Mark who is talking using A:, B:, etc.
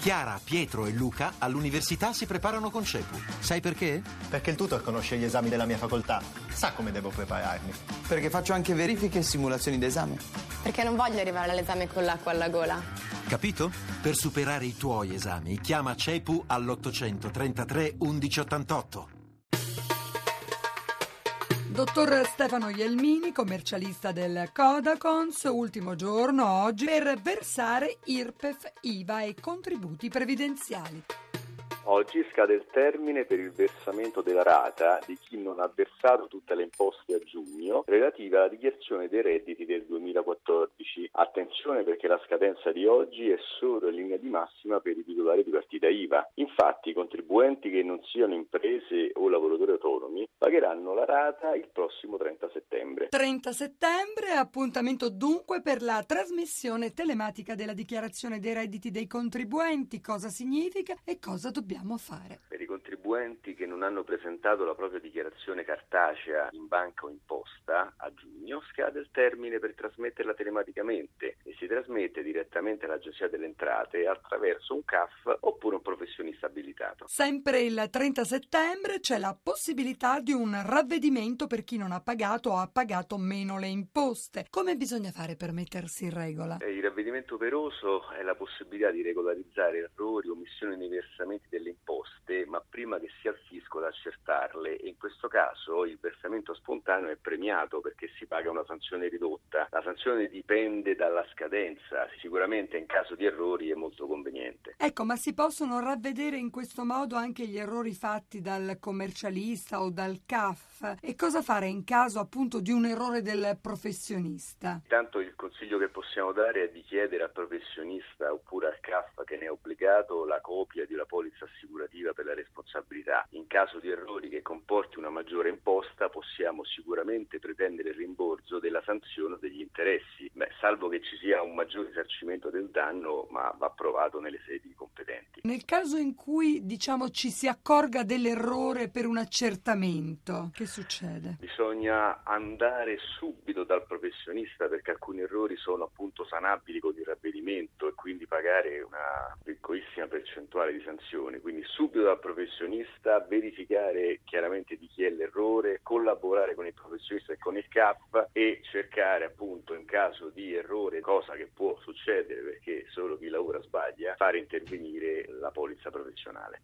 A: Chiara, Pietro e Luca all'università si preparano con CEPU. Sai perché?
B: Perché il tutor conosce gli esami della mia facoltà. Sa come devo prepararmi.
C: Perché faccio anche verifiche e simulazioni d'esame.
D: Perché non voglio arrivare all'esame con l'acqua alla gola.
A: Capito? Per superare i tuoi esami, chiama CEPU all'833 1188.
E: Dottor Stefano Ielmini, commercialista del Codacons, ultimo giorno oggi per versare IRPEF, IVA e contributi previdenziali.
F: Oggi scade il termine per il versamento della rata di chi non ha versato tutte le imposte a giugno relative alla dichiarazione dei redditi del 2014. Attenzione, perché la scadenza di oggi è solo in linea di massima per i titolari di partita IVA. Infatti i contribuenti che non siano imprese o lavoratori autonomi pagheranno la rata il prossimo 30 settembre.
E: 30 settembre, appuntamento dunque per la trasmissione telematica della dichiarazione dei redditi dei contribuenti. Cosa significa e cosa dobbiamo fare?
F: Per i contribuenti che non hanno presentato la propria dichiarazione cartacea in banca o in posta a giugno, scade il termine per trasmetterla telematicamente e si trasmette direttamente all'Agenzia delle Entrate attraverso un CAF oppure un professionista abilitato.
E: Sempre il 30 settembre c'è la possibilità di un ravvedimento per chi non ha pagato o ha pagato meno le imposte. Come bisogna fare per mettersi in regola?
F: Il ravvedimento operoso è la possibilità di regolarizzare errori o omissioni nei versamenti delle imposte, ma prima che sia il fisco ad accertarle, e in questo caso il versamento spontaneo è premiato perché si paga una sanzione ridotta. La sanzione dipende dalla scadenza, sicuramente in caso di errori è molto conveniente.
E: Ecco, ma si possono ravvedere in questo modo anche gli errori fatti dal commercialista o dal CAF? E cosa fare in caso appunto di un errore del professionista?
F: Intanto il consiglio che possiamo dare è di chiedere al professionista oppure al CAF che ne è obbligato la copia di una polizza assicurativa per la responsabilità. In caso di errori che comporti una maggiore imposta possiamo sicuramente pretendere il rimborso della sanzione o degli interessi, salvo che ci sia un maggiore risarcimento del danno, ma va provato nelle sedi competenti.
E: Nel caso in cui ci si accorga dell'errore per un accertamento, che succede?
F: Bisogna andare subito dal professionista perché alcuni errori sono appunto sanabili con il ravvedimento e quindi pagare una piccolissima percentuale di sanzione. Quindi subito dal professionista, verificare chiaramente di chi è l'errore, collaborare con il professionista e con il CAF e cercare appunto in caso di errore, cosa che può succedere perché solo chi lavora sbaglia, fare intervenire la polizza professionale.